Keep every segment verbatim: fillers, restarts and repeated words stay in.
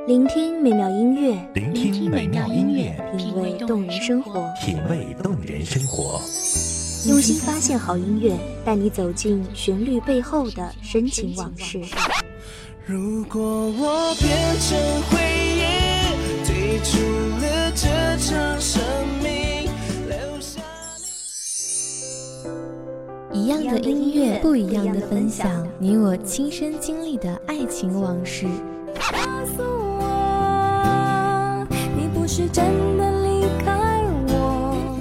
聆听美妙音乐， 聆听美妙音乐， 品味动人生活， 品味动人生活。 用心发现好音乐，带你走进旋律背后的深情往事。 如果我变成回忆，退出了这场生命，留下一样的音乐，不一样的分享，你我亲身经历的爱情往事。 告诉我，你不是真的离开我。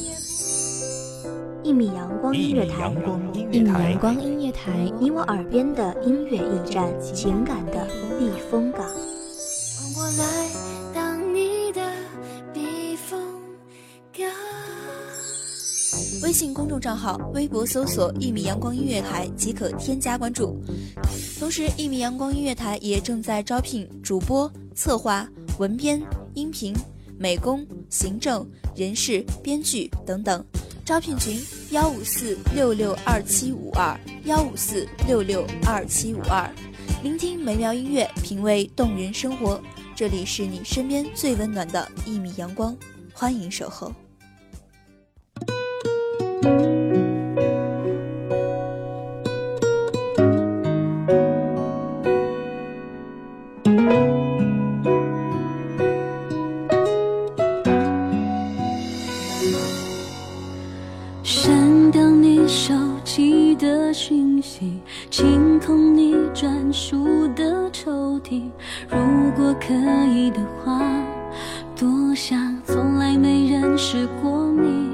一米阳光音乐台， 一米阳光音乐台， 你我耳边的音乐驿站，情感的避风港。 我来当你的避风港。 微信公众账号、微博搜索“一米阳光音乐台”即可添加关注。同时，一米阳光音乐台也正在招聘主播、策划、文编、音频、美工、行政、人事、编剧等等。招聘群：幺五四六六二七五二幺五四六六二七五二。聆听美妙音乐，品味动人生活。这里是你身边最温暖的一米阳光，欢迎守候。 删掉你手机的讯息，清空你专属的抽屉，如果可以的话，多想从来没认识过你。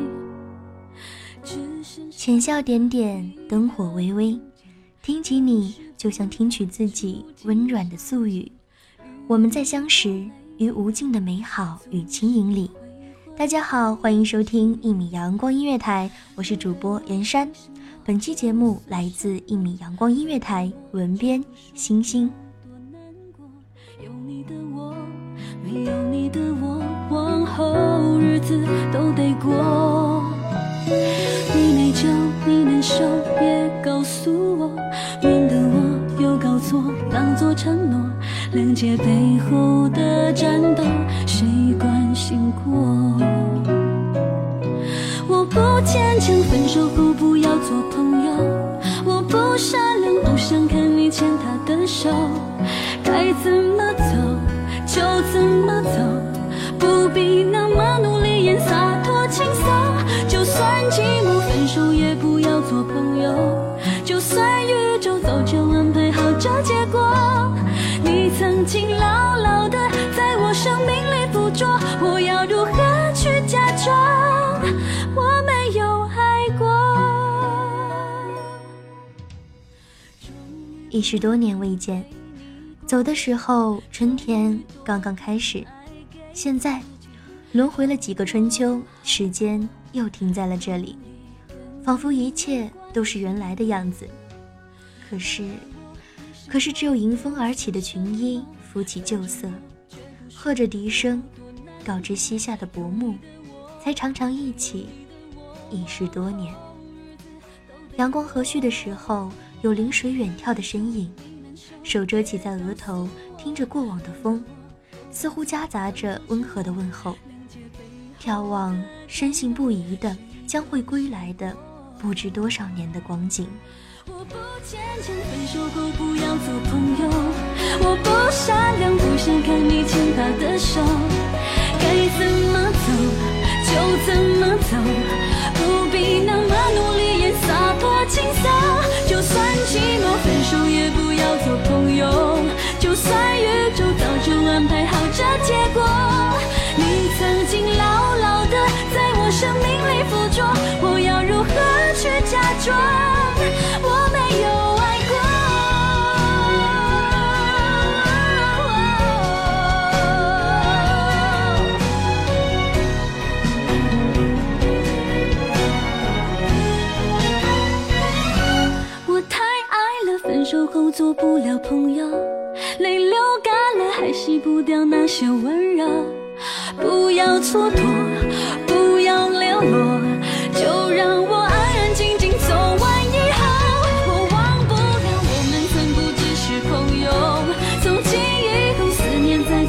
浅笑点点，灯火微微，听起你就像听取自己温软的宿语。我们在相识于无尽的美好与轻盈里。大家好，欢迎收听一米阳光音乐台，我是主播严珊。本期节目来自一米阳光音乐台，文编星星。 有你的我，没有你的我，往后日子都得过。你内疚，你难受，别告诉我，免得我又搞错，当作承诺。谅解背后的战斗，谁关心过？我不坚强，分手后不要做朋友。我不善良，不想看你牵他的手。该怎么走就怎么走，不必那么努力演洒脱轻松。就算寂寞，分手也不要做朋友。就算宇宙早就安排好这结果，你曾经牢牢地在我生命里捕捉，我要如何去假装我没有爱过？ 已是多年未见，走的时候春天刚刚开始，现在轮回了几个春秋，时间又停在了这里，仿佛一切都是原来的样子。可是可是只有迎风而起的裙衣拂起旧色，和着笛声告知膝下的薄暮，才常常一起，已是多年。阳光和煦的时候，有临水远眺的身影，手遮起在额头，听着过往的风，似乎夹杂着温和的问候，眺望深信不疑的将会归来的不知多少年的光景。 我不坚强，分手后不要做朋友。我不善良，不想看你牵他的手。该怎么走就怎么走，不必那么努力演洒脱轻松。就算寂寞，分手也不要做朋友。就算宇宙早就安排好这结果，你曾经牢牢地在我生命里捕捉，我要如何去假装我没有爱过？我太爱了，分手后做不了朋友，泪流干了还洗不掉那些温柔。不要蹉跎，不要流落，就让我安安静静走完以后。我忘不了我们曾不只是朋友，从今以后思念在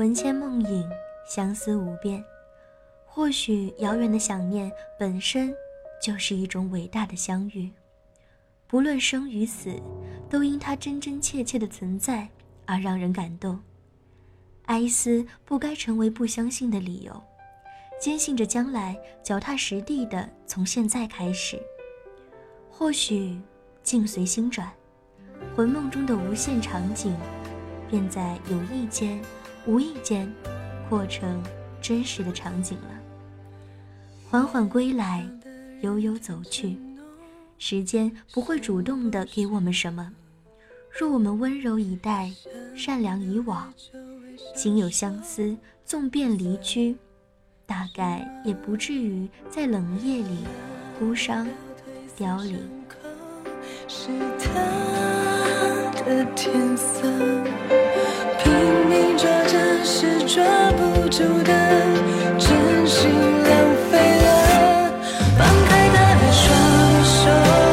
魂牵梦萦，相思无边。或许遥远的想念本身就是一种伟大的相遇，不论生与死，都因它真真切切的存在而让人感动。哀思不该成为不相信的理由，坚信着将来脚踏实地的从现在开始。或许境随心转，魂梦中的无限场景便在有意间无意间扩成真实的场景了。缓缓归来，悠悠走去，时间不会主动地给我们什么，若我们温柔以待，善良以往，心有相思，纵便离居，大概也不至于在冷夜里孤伤凋零。 是他的天色，拼命抓着是抓不住的，真心浪费了。放开他的双手，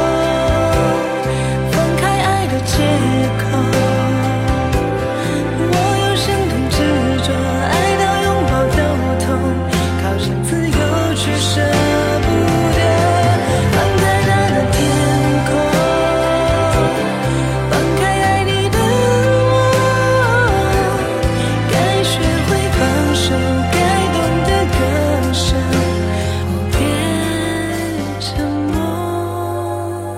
放开爱的借口，我有心动执着，爱到拥抱都痛，靠近自由却舍不得。放开他的天空，放开爱你的我，该学会放手，该懂得割舍，我别沉默。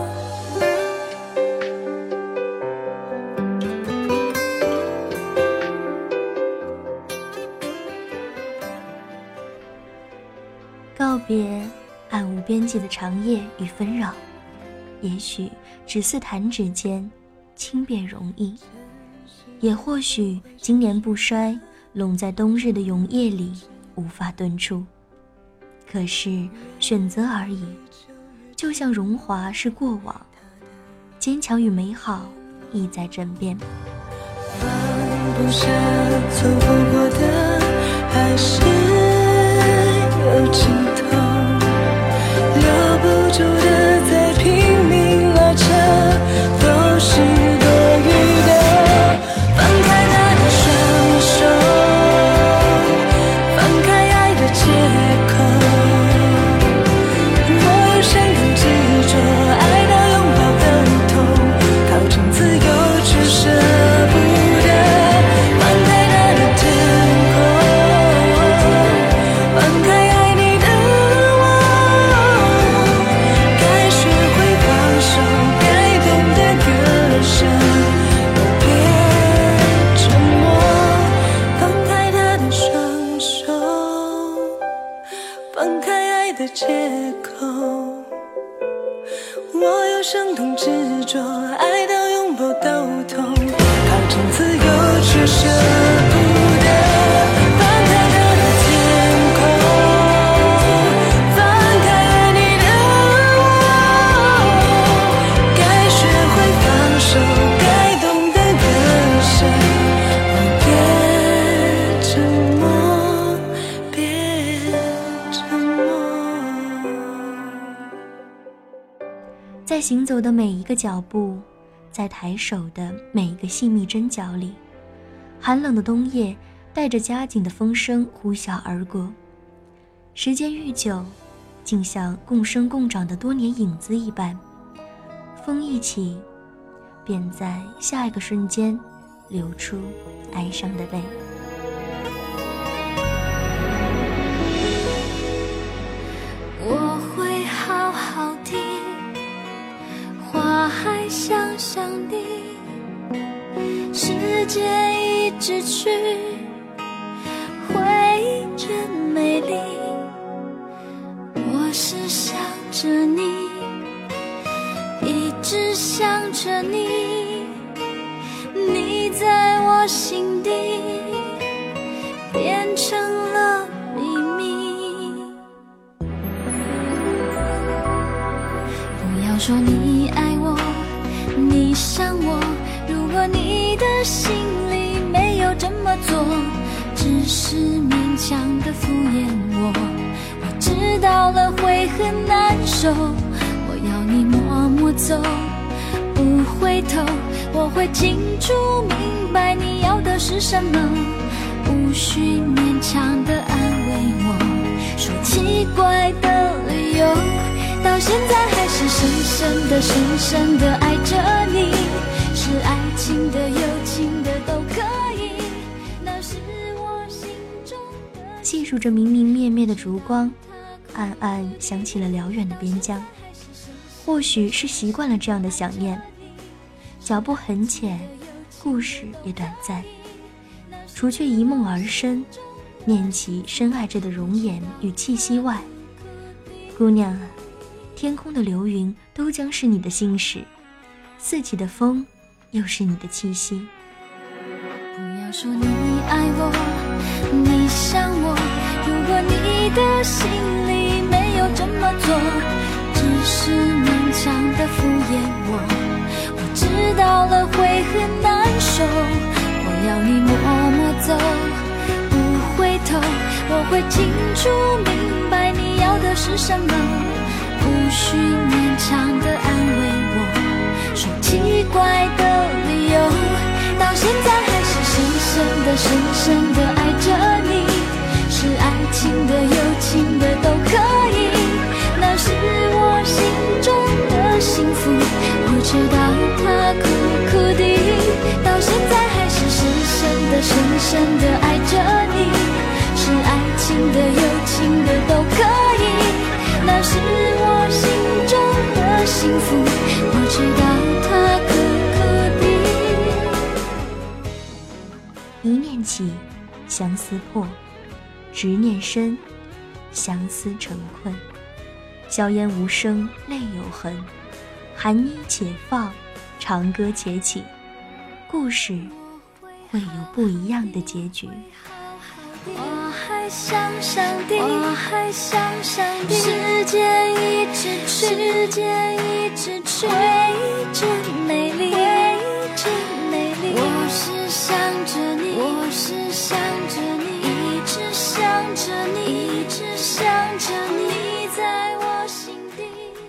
告别暗无边际的长夜与纷扰，也许只似弹指间，轻便容易，也或许经年不衰，拢在冬日的永夜里无法遁出。可是选择而已，就像荣华是过往，坚强与美好亦在枕边。 放不下错过过的，还是有尽头，留不住的再拼命拉扯，都是多余的。放开他的双手，放开爱的借口，我有深更执着，爱到拥抱的痛，靠近自由却舍不得。放开他的天空，放开爱你的我，该学会放手，该懂得割舍，我别沉默。放开他的双手，放开爱的借口，我有生动执着，爱到拥抱都痛，靠近自由却舍不得。放开他的天空，放开爱你的我，该学会放手，该懂得割舍，我别沉默，别沉默。 在行走的每一个脚步，在抬手的每一个细密针脚里，寒冷的冬夜带着夹紧的风声呼啸而过。时间愈久，竟像共生共长的多年影子一般，风一起，便在下一个瞬间流出哀伤的泪。 我会好好听，话还香香的，时间一直去，回忆真美丽。我是想着你，一直想着你，你在我心底变成了秘密。不要说你爱我，你想我，如果你的心里没有这么做，只是勉强的敷衍我，我知道了会很难受。我要你默默走，不回头，我会清楚明白你要的是什么，无需勉强的安慰我，说奇怪的理由，到现在还是深深的深深的爱着你，是爱情的友情的都可以，那是我心中的。 细数着明明灭灭的烛光，暗暗想起了辽远的边疆，或许是习惯了这样的想念，脚步很浅，故事也短暂，除却一梦而生，念起深爱着的容颜与气息外，姑娘啊，天空的流云都将是你的心事，四季的风又是你的气息。 不要说你爱我，你想我，如果你的心里没有这么做，只是勉强的敷衍我，我知道了会很难受。我要你默默走，不回头，我会清楚明白你要的是什么，不需勉强的安慰我，说奇怪的理由，到现在还是深深的深深的爱着你，是爱情的友情的都可以，那是我心中的幸福，我知道它苦苦的，到现在还是深深的深深的爱着你，是爱情的友情的都可以，那是我心中的幸福，我知道它苦苦的。 一念起，相思破；执念深，相思成困。硝烟无声，泪有痕。寒衣且放，长歌且起，故事会有不一样的结局。 我还想上帝，我还想上帝，时间一直去，时间一直去，回忆真美丽，回忆真美丽。我是想着你，我是想着你，一直想着你，一直想着你，在我心底。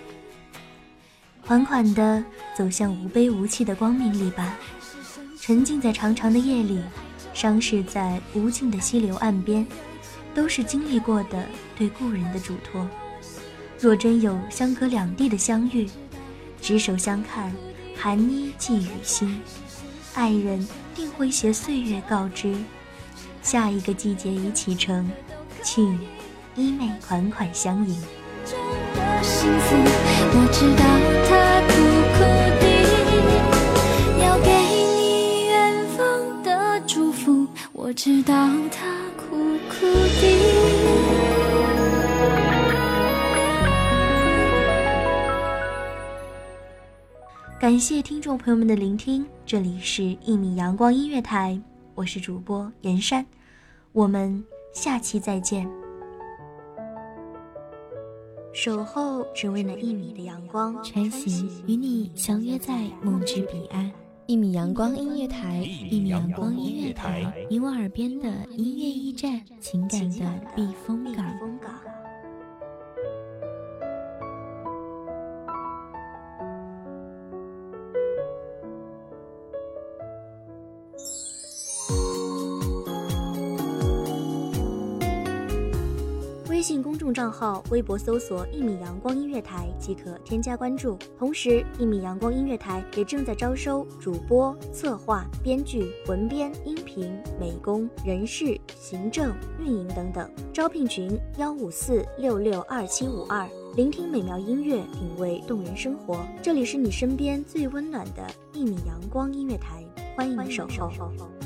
缓缓地走向无悲无气的光明里吧，沉浸在长长的夜里，伤逝在无尽的溪流岸边，都是经历过的对故人的嘱托。若真有相隔两地的相遇，执手相看，寒衣寄予心，爱人定会携岁月告知，下一个季节已启程，请衣袂款款相迎。 中的幸福，我知道它苦苦的，要给你远方的祝福，我知道它苦苦的。 感谢听众朋友们的聆听，这里是一米阳光音乐台，我是主播严珊，我们下期再见。守候只为那一米的阳光， 穿行与你相约在梦之彼岸。一米阳光音乐台，一米阳光音乐台，你我耳边的音乐驿站，情感的避风港。 微信公众账号、微博搜索“一米阳光音乐台”即可添加关注。同时，一米阳光音乐台也正在招收主播、策划、编剧、文编、音频、美工、人事、行政、运营等等。招聘群：幺五四六六二七五二。聆听美妙音乐，品味动人生活。这里是你身边最温暖的一米阳光音乐台，欢迎你守候。